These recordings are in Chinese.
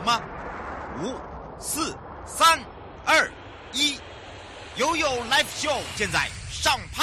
吗？5、4、3、2、1，悠悠 Live Show 现在上拍。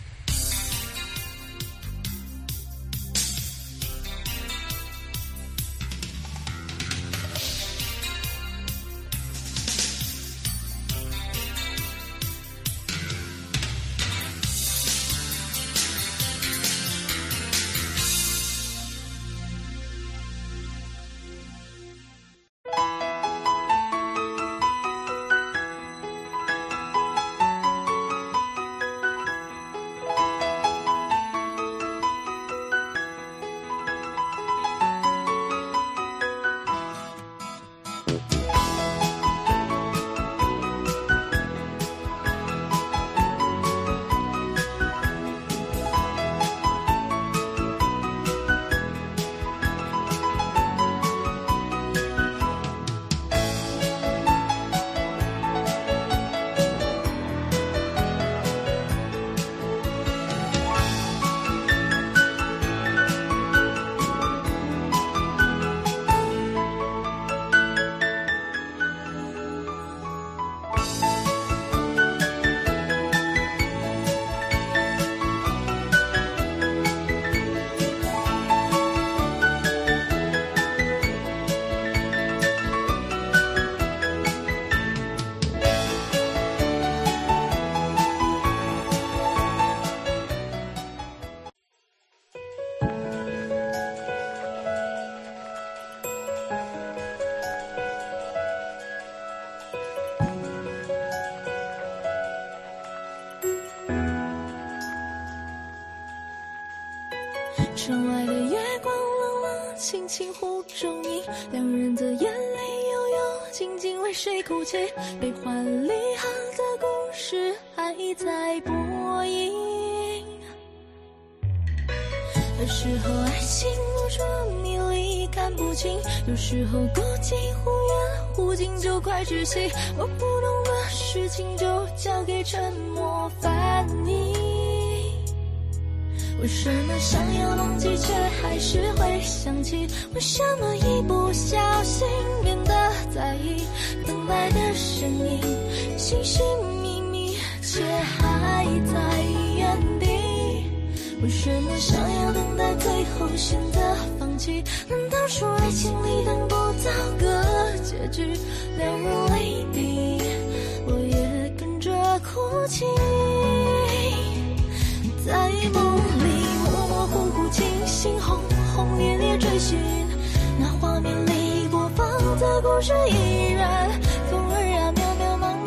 窗外的月光冷冷轻轻呼中你，两人的眼泪悠悠静静为谁哭泣，悲欢离合的故事还在播映。有时候爱情如捉迷离看不清，有时候孤寂忽远忽近就快窒息，我不懂的事情就交给沉默翻译。为什么想要忘记却还是会想起，为什么一不小心变得在意等待的声音，寻寻觅觅却还在原地。为什么想要等待最后选择放弃，难道说爱情里等不到个结局，两人泪滴我也跟着哭泣。在梦里模模糊糊清醒，轰轰烈烈追寻，那画面里播放的故事依然风儿啊渺渺茫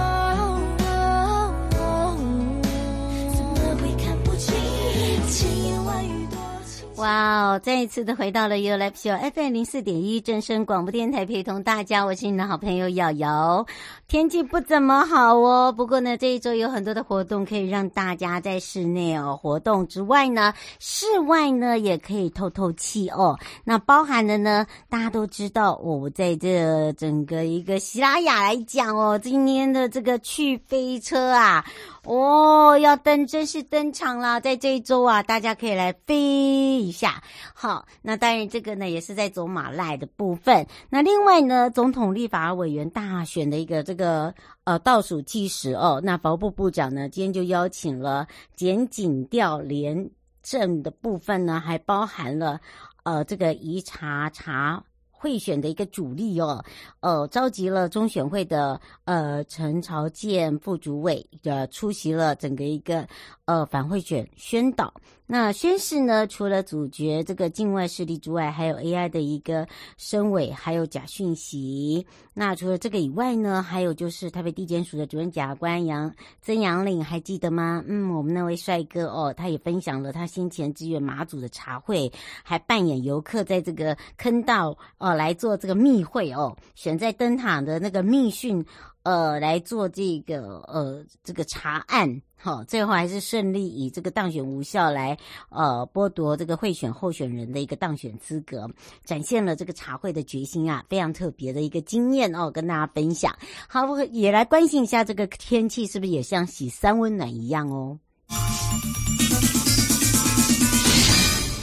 茫，怎么会看不清千言万语多情。 哇哦，再一次的回到了 You Live Show FM 04.1正声广播电台，陪同大家，我是你的好朋友瑶瑶。天气不怎么好哦，不过呢这一周有很多的活动可以让大家在室内活动之外呢，室外呢也可以透透气哦。那包含的呢，大家都知道我在这整个一个喜拉雅来讲哦，今天的这个去飞车啊要正式登场啦，在这一周啊，大家可以来飞一下。好，那当然这个呢也是在走马赖的部分。那另外呢，总统立法委员大选的一个这个倒数计时哦，那法务部部长呢今天就邀请了检警调廉政的部分呢，还包含了这个宜查贿选的一个主力哦，召集了中选会的陈朝健副主委出席了整个一个反贿选宣导。那宣誓呢，除了阻绝这个境外势力之外，还有 AI 的一个声伪，还有假讯息。那除了这个以外呢，还有就是台北地检署的主任检察官曾阳岭，还记得吗？我们那位帅哥哦，他也分享了他先前支援马祖的茶会，还扮演游客在这个坑道来做这个密会哦，选在灯塔的那个密讯来做这个查案。好，最后还是顺利以这个当选无效来剥夺这个贿选候选人的一个当选资格，展现了这个茶会的决心啊，非常特别的一个经验哦，跟大家分享。好，我也来关心一下这个天气是不是也像洗三温暖一样哦。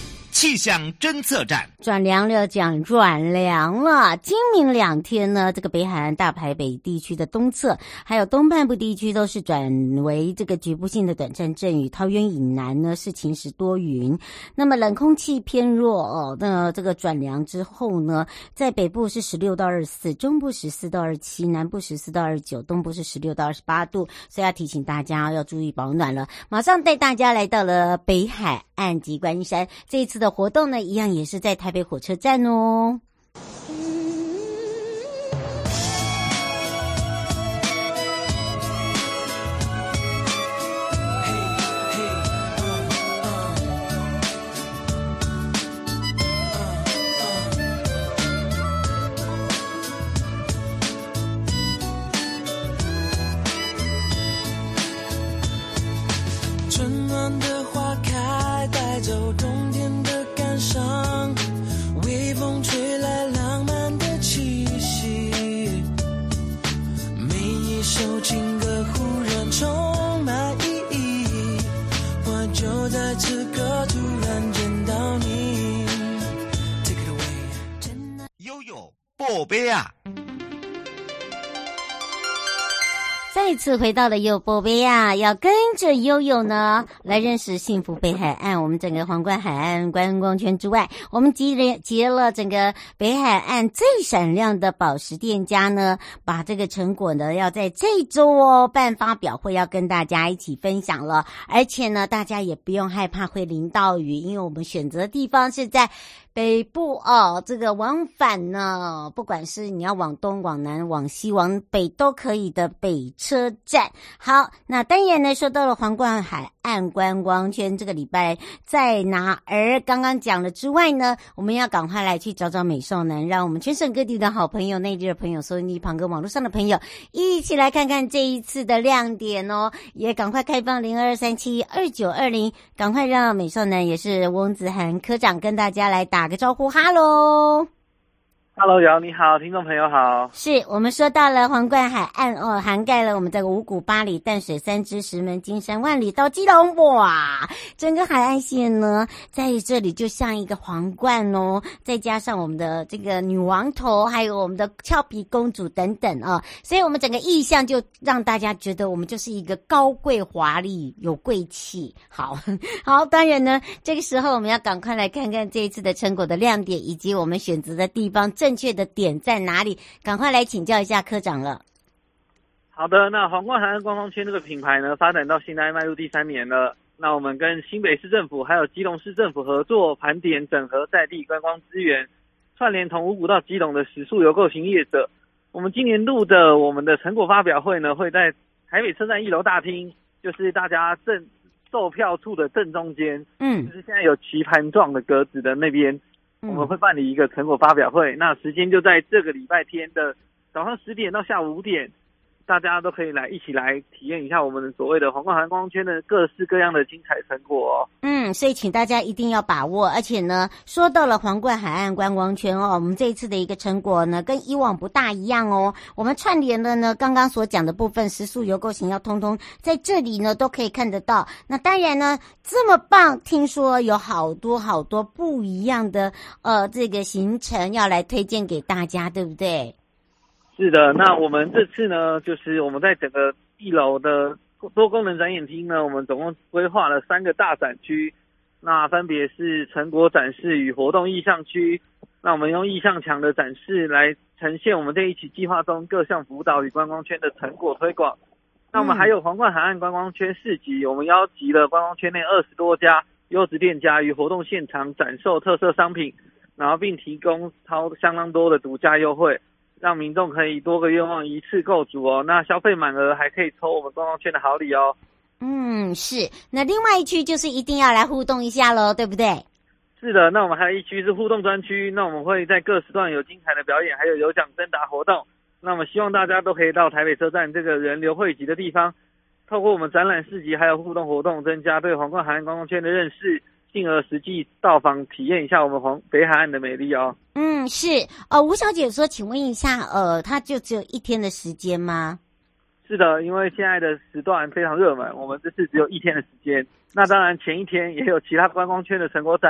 气象侦测站。 转凉了，讲转凉了。今明2天呢，这个北海岸大台北地区的东侧，还有东半部地区都是转为这个局部性的短暂阵雨。桃园以南呢是晴时多云。那么冷空气偏弱哦，那这个转凉之后呢，在北部是16到24，中部14到27，南部14到29，东部是16到28度。所以要提醒大家要注意保暖了。马上带大家来到了北海岸及观音山，这一次的活动呢，一样也是在台北火车站哦。 春暖的花开，带走冬天的感伤，微风吹来浪漫的气息，每一首情歌忽然充满意义，我就在此刻突然见到你。 Take it away。 悠悠宝贝啊， 再一次回到了悠宝贝啊，要跟着悠悠呢来认识幸福北海岸。我们整个皇冠海岸观光圈之外，我们结了整个北海岸最闪亮的宝石店家呢，把这个成果呢要在这周办发表会，要跟大家一起分享了。而且呢，大家也不用害怕会淋到雨，因为我们选择的地方是在北部哦，这个往返呢，不管是你要往东、往南、往西、往北都可以的北车站。好，那当然呢，说到了皇冠海岸观光圈，这个礼拜在哪儿？刚刚讲了之外呢，我们要赶快来去找找美少男，让我们全省各地的好朋友、内地的朋友、收音机旁跟网络上的朋友一起来看看这一次的亮点哦！也赶快开放02372920，赶快让美少男也是翁子涵科长跟大家来打个招呼，哈喽。 Hello， 瑶你好，听众朋友好。 是我们说到了皇冠海岸哦，涵盖了我们这个五股、八里、淡水、三芝、石门、金山、万里到基隆，哇，整个海岸线呢在这里就像一个皇冠哦，再加上我们的这个女王头，还有我们的俏皮公主等等啊，所以我们整个意象就让大家觉得我们就是一个高贵华丽、有贵气。好，当然呢，这个时候我们要赶快来看看这一次的成果的亮点，以及我们选择的地方。正确的点在哪里？赶快来请教一下科长了。 好的，那皇冠海岸观光圈这个品牌呢，发展到现在迈入第3年了。那我们跟新北市政府还有基隆市政府合作，盘点整合在地观光资源，串联从五股到基隆的食宿游购型业者。我们今年度的我们的成果发表会呢，会在台北车站1楼大厅，就是大家售票处的正中间，就是现在有棋盘状的格子的那边。我们会办理一个成果发表会，那时间就在这个礼拜天的早上10点到下午5点，大家都可以一起来体验一下我们所谓的皇冠海岸观光圈的各式各样的精彩成果哦。 所以请大家一定要把握，而且呢，说到了皇冠海岸观光圈哦，我们这一次的一个成果呢，跟以往不大一样哦。我们串联了呢，刚刚所讲的部分，食宿游购型要通通在这里呢都可以看得到。那当然呢，这么棒，听说有好多不一样的这个行程要来推荐给大家，对不对？ 是的，那我们这次呢，就是我们在整个1楼的多功能展演厅呢，我们总共规划了3个大展区，那分别是成果展示与活动意向区。那我们用意向墙的展示来呈现我们这一期计划中各项辅导与观光圈的成果推广。那我们还有皇冠海岸观光圈市集，我们邀集了观光圈内20多家优质店家与活动现场展售特色商品，然后并提供相当多的独家优惠，让民众可以多个愿望一次购足哦。那消费满额还可以抽我们观光圈的好礼哦。 是。那另外一区就是一定要来互动一下咯，对不对？ 是的，那我们还有一区是互动专区，那我们会在各时段有精彩的表演，还有奖征答活动。那我们希望大家都可以到台北车站这个人流汇集的地方，透过我们展览市集还有互动活动，增加对皇冠海岸观光圈的认识，进而实际到访体验一下我们北海岸的美丽哦。 是。吴小姐说，请问一下，它就只有1天的时间吗？ 是的，因为现在的时段非常热门，我们这次只有1天的时间。那当然前一天也有其他观光圈的成果展，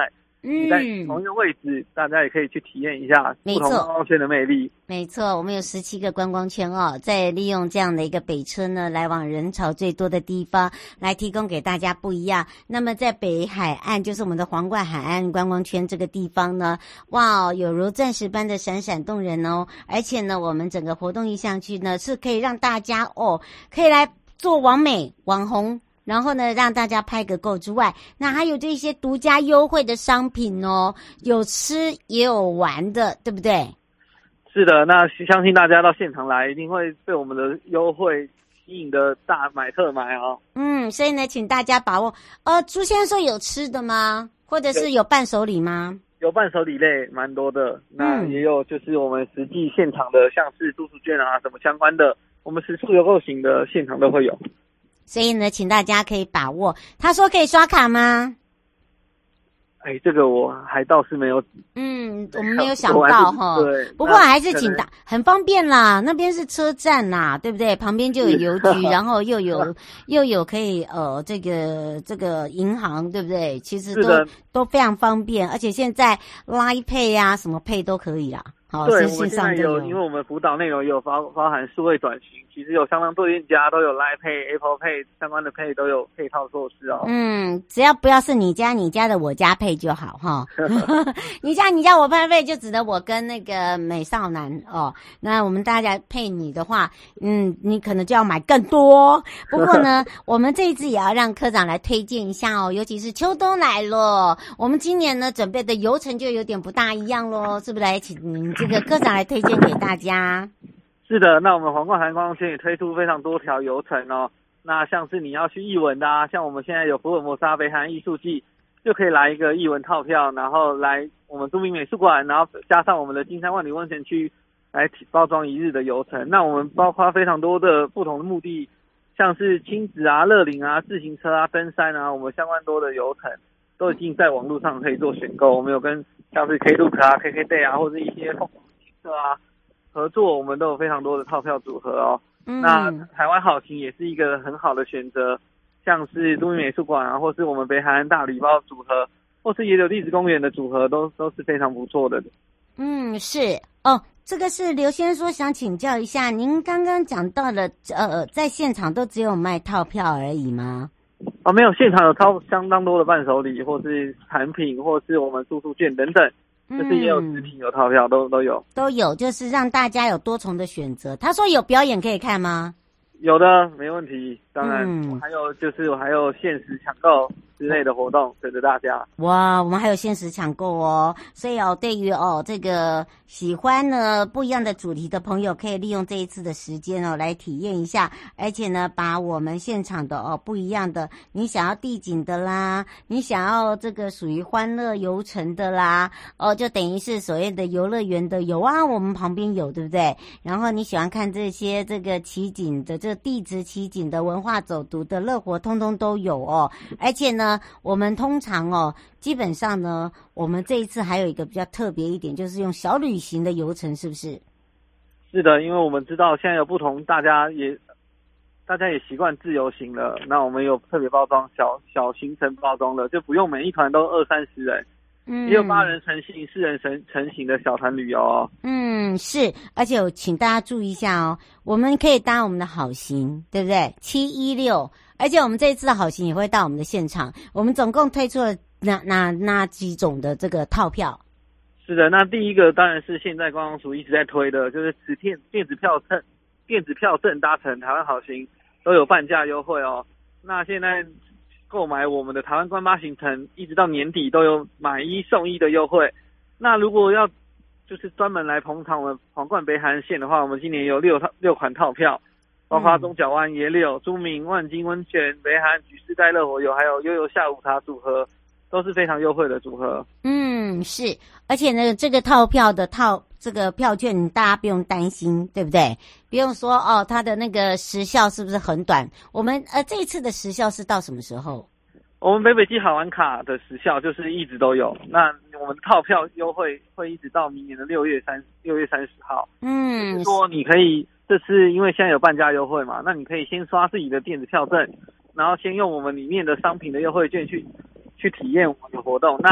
你在同一个位置，大家也可以去体验一下不同观光圈的魅力。 没错，我们有17个观光圈哦，再利用这样的一个北车呢，来往人潮最多的地方，来提供给大家不一样。那么在北海岸，就是我们的皇冠海岸观光圈这个地方呢，哇，有如钻石般的闪闪动人哦。而且呢，我们整个活动意向区呢，是可以让大家可以来做网美网红。然后呢，让大家拍个够之外，那还有这些独家优惠的商品哦，有吃也有玩的，对不对？ 是的，那相信大家到现场来，一定会被我们的优惠吸引的大买特买哦。 所以呢，请大家把握。朱先生说有吃的吗？或者是有伴手礼吗？ 有伴手礼类蛮多的，那也有就是我们实际现场的，像是住宿券啊什么相关的，我们食宿游购型的现场都会有。 所以呢，请大家可以把握。他说可以刷卡吗？ 这个我还倒是没有， 我们没有想到哈。 对， 不过还是请很方便啦，那边是车站啦，对不对？旁边就有邮局，然后又有可以这个银行，对不对？其实都非常方便，而且现在 Line Pay 啊，什么 Pay 都可以啦。 对，我们现在有，因为我们辅导内容也有包含数位转型，其实有相当多店家都有 Line Pay、Apple Pay 相关的 Pay 都有配套措施哦。 只要不要是你家的我家配就好哈。你家我配就指的我跟那个美少男哦。那我们大家配你的话，你可能就要买更多。不过呢，我们这一次也要让科长来推荐一下哦，尤其是秋冬来了，我们今年呢准备的游程就有点不大一样咯，是不是？来请这个科长来推荐给大家。 是的，那我们皇冠海岸观光圈也推出非常多条游程哦。那像是你要去艺文的啊，像我们现在有福尔摩沙北海岸艺术季，就可以来一个艺文套票，然后来我们都民美术馆，然后加上我们的金山万里温泉区来包装一日的游程。那我们包括非常多的不同的目的，像是亲子啊、乐龄啊、自行车啊、登山啊，我们相关多的游程都已经在网络上可以做选购。我们有跟像是 Klook 啊、KKday 啊，或者一些凤凰汽车啊合作，我们都有非常多的套票组合哦。那台湾好行也是一个很好的选择，像是都民美术馆啊，或是我们北海岸大礼包组合，或是野柳地质公园的组合，都是非常不错的。 是哦。这个是刘先生说想请教一下，您刚刚讲到的在现场都只有卖套票而已吗？ 没有，现场有相当多的伴手礼，或是产品，或是我们住宿券等等，就是也有食品有套票，都有， 就是让大家有多重的选择。他说有表演可以看吗？ 有的，没问题。当然，还有限时抢购之类的活动等着大家。 哇，我们还有限时抢购哦，所以对于这个喜欢呢不一样的主题的朋友，可以利用这一次的时间来体验一下，而且呢，把我们现场的不一样的，你想要地景的啦，你想要这个属于欢乐游程的啦，就等于是所谓的游乐园的有啊，我们旁边有，对不对？然后你喜欢看这些这个奇景的，这地质奇景的、文化走读的、乐活，通通都有哦。而且呢，我们通常基本上呢，我们这一次还有一个比较特别一点，就是用小旅行的游程，是不是？ 是的，因为我们知道现在有不同，大家也习惯自由行了，那我们有特别包装小行程包装了，就不用每一团都20-30人。也有8人成行、4人成行的小团旅游哦。 是，而且请大家注意一下哦，我们可以搭我们的好行，对不对？716，而且我们这一次的好行也会到我们的现场。我们总共推出了哪几种的这个套票？ 是的，那第一个当然是现在观光署一直在推的，就是持电子票证搭乘台湾好行都有半价优惠哦。那现在购买我们的台湾观巴行程，一直到年底都有买1送1的优惠。那如果要就是专门来捧场我们皇冠北海岸线的话，我们今年有6款套票，包括中角湾、野柳、朱明、万金温泉、北海岸举世代乐活游，还有悠游下午茶组合，都是非常优惠的组合。 是，而且呢，这个套票的这个票券大家不用担心，对不对？不用说它的那个时效是不是很短？我们这一次的时效是到什么时候？ 我们北基好玩卡的时效就是一直都有，那我们套票优惠会一直到明年的6月30号。就是说你可以这次因为现在有半价优惠嘛，那你可以先刷自己的电子票证，然后先用我们里面的商品的优惠券去体验我们的活动。那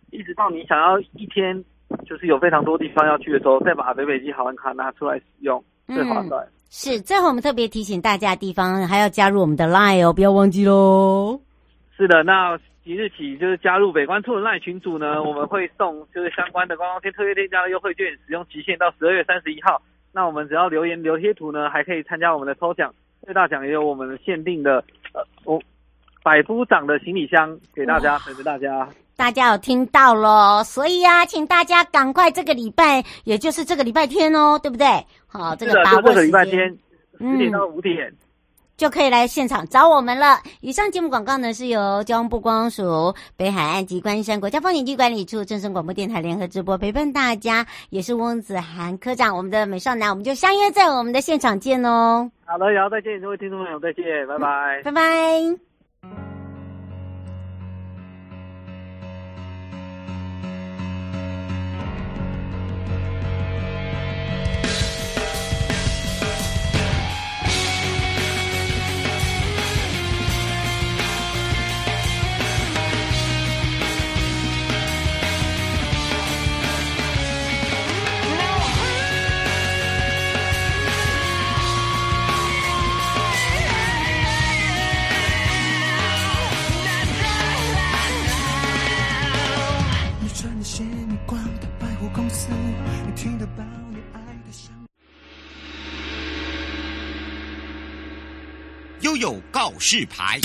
一直到你想要一天就是有非常多地方要去的时候，再把北北基好玩卡拿出来使用，最划算。 是，最后我们特别提醒大家的地方，还要加入我们的 LINE 哦，不要忘记咯。 是的，那即日起就是加入北关处的 LINE 群组呢，我们会送就是相关的观光天特约店家的优惠券，使用期限到12月31号。那我们只要留言留贴图呢，还可以参加我们的抽奖，最大奖也有我们限定的百夫长的行李箱给大家，等着大家。 大家有听到咯，所以啊，请大家赶快这个礼拜，也就是这个礼拜天哦，对不对？好，这个把握时间， 这个礼拜天10点到5点。 就可以来现场找我们了。以上节目广告呢是由交通部观光署、北海岸及关山国家风景区管理处、正声广播电台联合直播，陪伴大家，也是翁子涵科长，我们的美少男，我们就相约在我们的现场见哦。 好的，然后再见，各位听众朋友，再见，拜拜， 拜拜。 悠悠告示牌。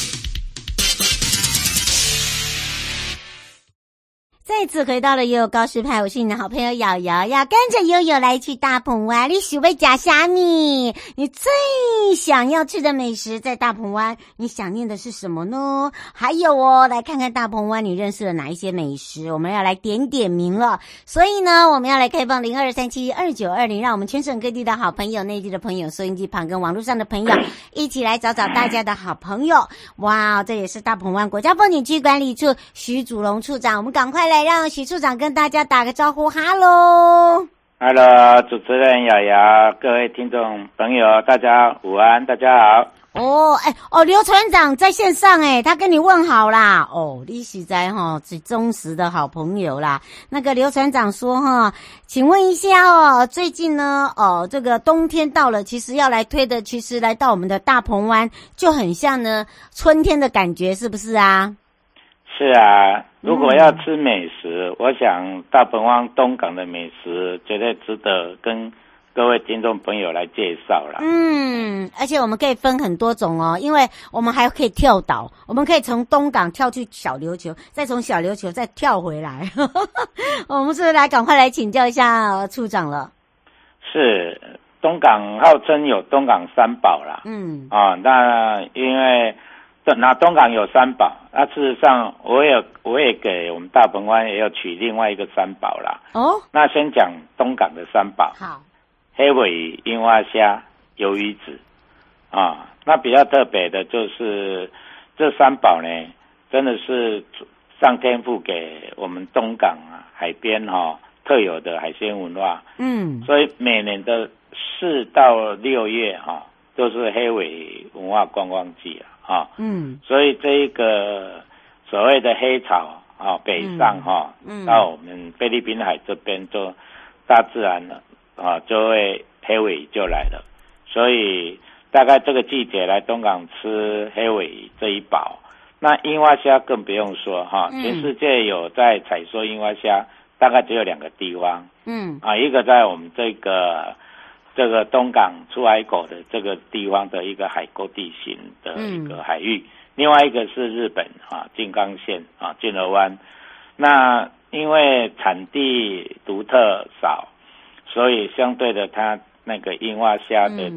再次回到了悠悠告示牌，我是你的好朋友瑶瑶，要跟着悠悠来去大鹏湾。你喜欢吃虾米？你最想要吃的美食在大鹏湾，你想念的是什么呢？还有哦，来看看大鹏湾你认识了哪一些美食，我们要来点点名了。所以呢，我们要来开放02372920，让我们全省各地的好朋友、内地的朋友、收音机旁跟网络上的朋友一起来找找大家的好朋友。哇，这也是大鹏湾国家风景区管理处徐祖龙处长，我们赶快来让许处长跟大家打个招呼。哈喽 Hello， 主持人瑶瑶，各位听众朋友，大家午安，大家好。 刘船长在线上他跟你问好啦。你实在是忠实的好朋友啦。那个刘船长说请问一下最近呢这个冬天到了，其实要来推的，其实来到我们的大鹏湾就很像呢春天的感觉，是不是啊？ 是啊，如果要吃美食，我想大鹏湾东港的美食绝对值得跟各位听众朋友来介绍啦。 而且我们可以分很多种因为我们还可以跳岛，我们可以从东港跳去小琉球，再从小琉球再跳回来。我们是不是来赶快来请教一下处长了？是， 东港号称有东港三宝啦。那因为东港有三宝，那事实上我也给我们大鹏湾也有取另外一个三宝啦。那先讲东港的三宝。好，黑尾鱼、樱花虾、鱿鱼子那比较特别的就是这三宝呢，真的是上天赋给我们东港海边特有的海鲜文化。所以每年的4到6月都是黑尾鱼文化观光季所以这一个所谓的黑潮北上到我们菲律宾海这边，就大自然就会黑尾鱼就来了。所以大概这个季节来东港吃黑尾鱼这一宝。那樱花虾更不用说全世界有在采收樱花虾，大概只有2个地方。一个在我们这个东港出海口的这个地方的一个海沟地形的一个海域，另外一个是日本静冈县金河湾。那因为产地独特少，所以相对的它那个樱花虾的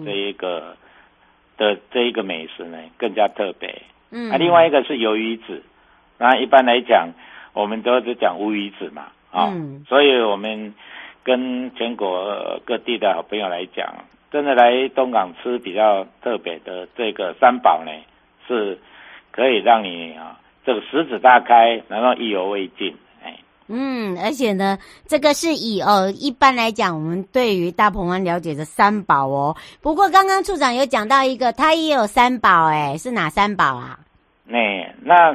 这一个美食呢更加特别。另外一个是鱿鱼子，那一般来讲我们都是讲乌鱼子嘛所以我们跟全国各地的好朋友来讲，真的来东港吃比较特别的这个三宝呢，是可以让你这个食指大开，然后意犹未尽。 而且呢，这个是以一般来讲，我们对于大鹏湾了解的三宝不过刚刚处长有讲到一个，他也有三宝是哪三宝啊？ 那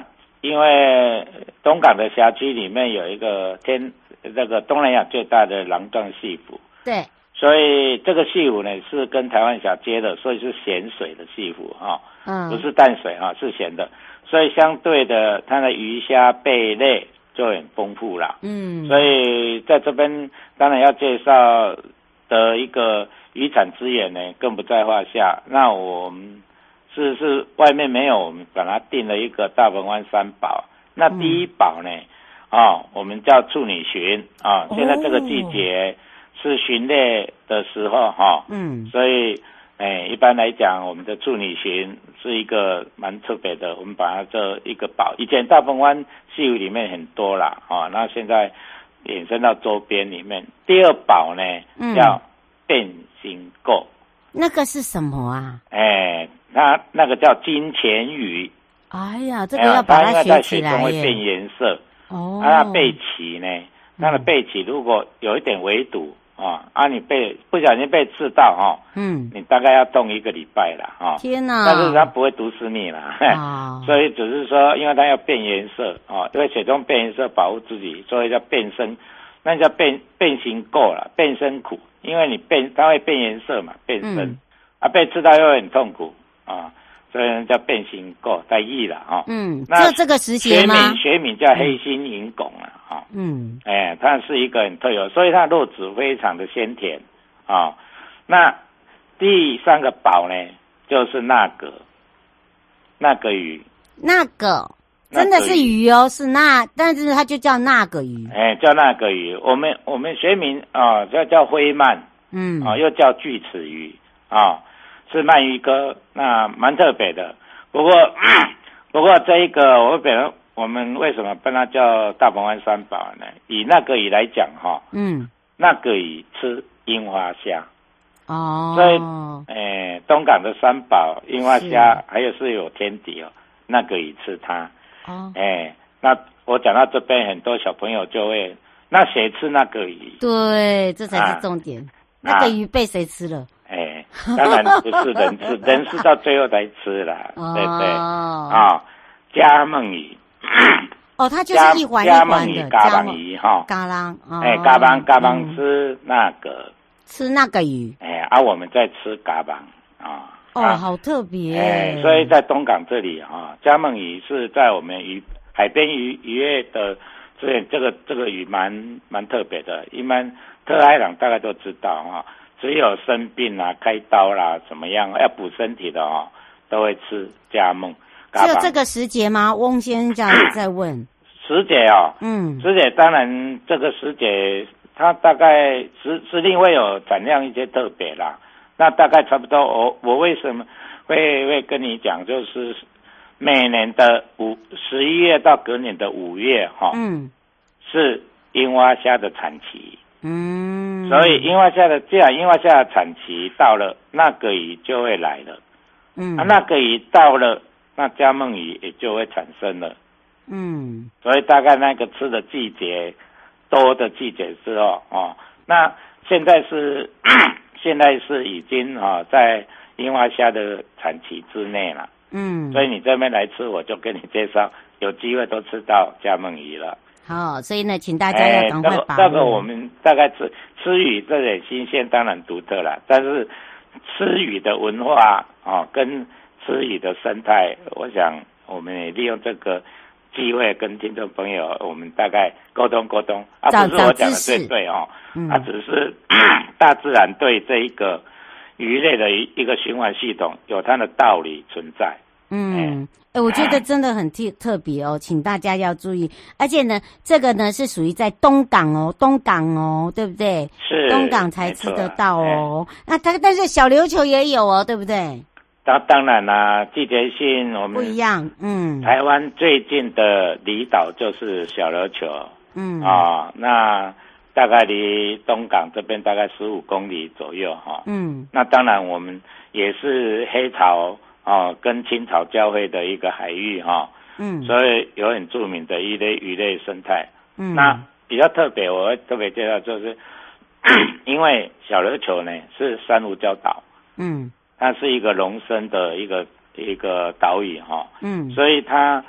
因为东港的辖区里面有一个这个东南亚最大的廊状潟湖， 对， 所以这个潟湖呢是跟台湾小接的，所以是咸水的潟湖哈，不是淡水哈，是咸的，所以相对的它的鱼虾贝类就很丰富啦。所以在这边当然要介绍的一个渔产资源呢更不在话下。那我们是外面没有，我们把它定了一个大鹏湾三宝。那第一宝呢，我们叫处女鲟啊。现在这个季节是鲟类的时候哈，所以一般来讲，我们的处女鲟是一个蛮特别的，我们把它这一个宝，以前大鹏湾溪湖里面很多啦那现在衍生到周边里面。第二宝呢，叫变形垢。 那个是什么啊？ 它那个叫金钱鱼。 哎呀，这个要把它学起来耶。 它因为在水中会变颜色。它背鳍呢，它的背鳍如果有一点围堵你不小心被刺到你大概要冻1个礼拜了天哪！ 但是它不会毒死你啦。所以只是说，因为它要变颜色因为水中变颜色保护自己，所以叫变身，那叫变形垢啦，变身苦。因为它会变颜色嘛，变身被刺到又会很痛苦所以叫变形垢，带意了那这个时节吗？ 学名叫黑心银拱它是一个很特有，所以它肉质非常的鲜甜那第三个宝呢，就是那个鱼。那个真的是鱼是但是它就叫那个鱼。 叫那个鱼。我们学名叫灰鳗，又叫锯齿鱼是鳗鱼科，那蛮特别的。不过这一个我们为什么把它叫大鹏湾三宝呢？以那个鱼来讲那个鱼吃樱花虾所以东港的三宝樱花虾还有是有天敌那个鱼吃它那我讲到这边，很多小朋友就会，那谁吃那个鱼？对， 这才是重点。那个鱼被谁吃了？ 当然不是人吃，人是到最后才吃啦，对不对？加梦鱼。 它就是一环一环的加梦鱼加浪加梦吃那个鱼，我们在吃加梦好特别。 所以在东港这里加梦鱼是在我们海边渔业的这个鱼蛮特别的，一般特海郎大概都知道只有生病开刀啦怎么样要补身体的都会吃加梦。 只有这个时节吗？翁先生在问。 时节时节当然这个时节它大概时令会有产量一些特别啦。那大概差不多我为什么会跟你讲，就是每年的11月到隔年的5月是樱花虾的产期。所以既然樱花虾的产期到了，那个鱼就会来了。那个鱼到了，那加梦鱼也就会产生了。所以大概那个吃的季节多的季节之后那现在是已经在樱花虾的产期之内了。所以你这边来吃，我就跟你介绍，有机会都吃到加梦鱼了。 好，所以呢，请大家要赶快把握。 这个我们大概吃鱼这点新鲜当然独特了，但是吃鱼的文化跟吃鱼的生态，我想我们也利用这个机会跟听众朋友，我们大概沟通不是我讲的最对只是大自然对这一个鱼类的一个循环系统有它的道理存在。 我觉得真的很特别请大家要注意。而且呢，这个呢是属于在东港对不对？ 是东港才吃得到那但是小琉球也有对不对？ 当然啦，季节性我们不一样。 台湾最近的离岛就是小琉球。那大概离东港这边大概15公里左右那当然我们也是黑潮跟青潮交汇的一个海域所以有很著名的鱼类生态。那比较特别，我会特别介绍，就是因为小琉球呢是珊瑚礁岛，它是一个溶生的一个岛屿所以它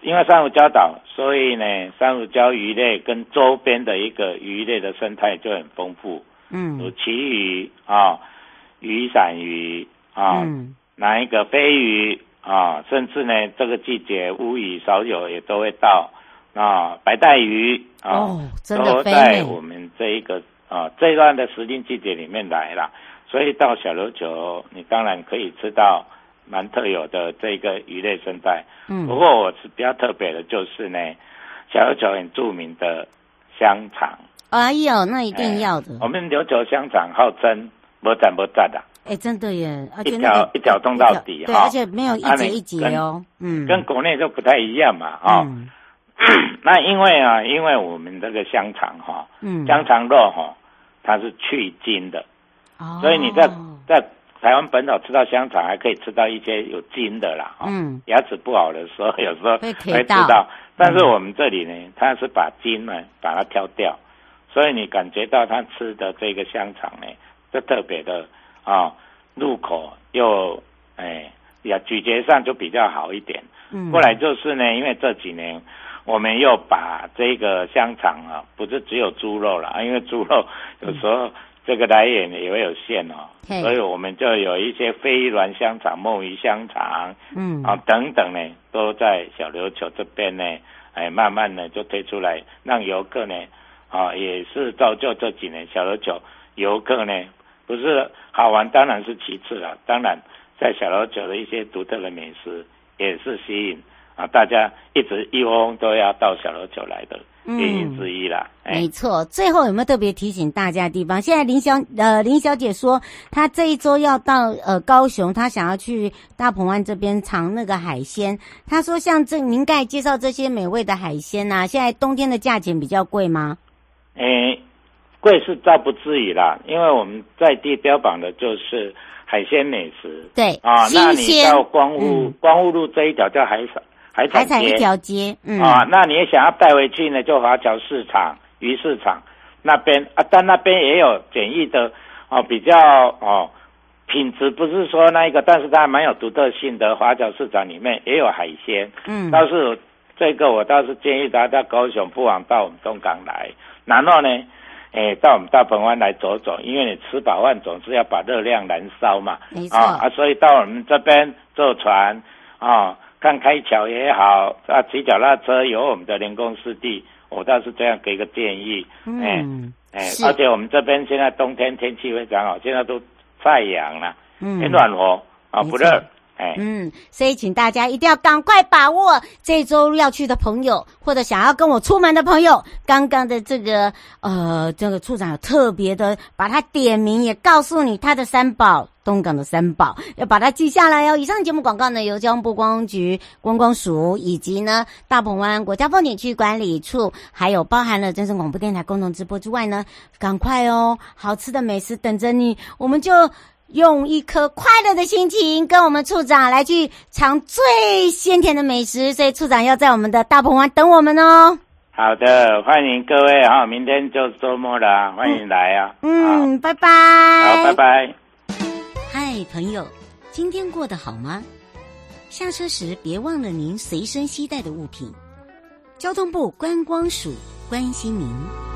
因为珊瑚礁岛，所以呢，珊瑚礁鱼类跟周边的一个鱼类的生态就很丰富。有旗鱼啊，雨伞鱼啊，哪一个飞鱼啊，甚至呢，这个季节乌鱼、少有也都会到啊，白带鱼啊，都在我们这一个这一段的时令季节里面来了。所以到小琉球，你当然可以吃到蛮特有的这个鱼类生态。不过我是比较特别的，就是呢，小琉球很著名的香肠。 哎呦，那一定要的。 我们琉球香肠号称没赞没赞的。 真的耶，而且一条通到底对，而且没有一节一节哦。 跟国内就不太一样嘛那因为我们这个香肠香肠肉它是去筋的。所以你在台湾本岛吃到香肠，还可以吃到一些有筋的啦。牙齿不好的时候，有时候会吃到。但是我们这里呢，它是把筋呢把它挑掉，所以你感觉到它吃的这个香肠呢，就特别的入口又咀嚼上就比较好一点。过来就是呢，因为这几年我们又把这个香肠不是只有猪肉了，因为猪肉有时候这个来源也会有限所以我们就有一些飞鸾香肠、墨鱼香肠，等等呢，都在小琉球这边呢，慢慢呢就推出来，让游客呢，也是造就这几年小琉球游客呢，不是好玩当然是其次了，当然在小琉球的一些独特的美食也是吸引大家一直一窝蜂都要到小琉球来的原因之一啦。 没错。最后有没有特别提醒大家的地方？现在林小姐说她这一周要到高雄，她想要去大鹏湾这边尝那个海鲜。她说像您刚才介绍这些美味的海鲜现在冬天的价钱比较贵吗？ 贵是倒不至于啦，因为我们在地标榜的就是海鲜美食。对那你到光复路这一条叫海产一条街那你也想要带回去呢，就华侨市场、鱼市场那边但那边也有简易的比较品质不是说那一个，但是它蛮有独特性的。华侨市场里面也有海鲜，倒是这个我倒是建议大家高雄不妨到我们东港来，然后呢到我们大鹏湾来走走，因为你吃饱饭总是要把热量燃烧嘛， 没错所以到我们这边坐船看开桥也好骑脚踏车有我们的人工湿地，我倒是这样给个建议。而且我们这边现在冬天天气非常好，现在都晒阳了，很暖和不热。 所以请大家一定要赶快把握这周要去的朋友，或者想要跟我出门的朋友，刚刚的这个处长有特别的把他点名，也告诉你他的三宝，东港的三宝，要把它记下来哦。以上节目广告呢，由交通部观光局观光署以及呢大鹏湾国家风景区管理处，还有包含了真声广播电台共同直播之外呢，赶快好吃的美食等着你，我们就用一颗快乐的心情跟我们处长来去尝最鲜甜的美食，所以处长要在我们的大鹏湾等我们哦。 好的，欢迎各位明天就周末了，欢迎来拜拜。 好，拜拜。 嗨，朋友，今天过得好吗？下车时别忘了您随身携带的物品。交通部观光署关心您。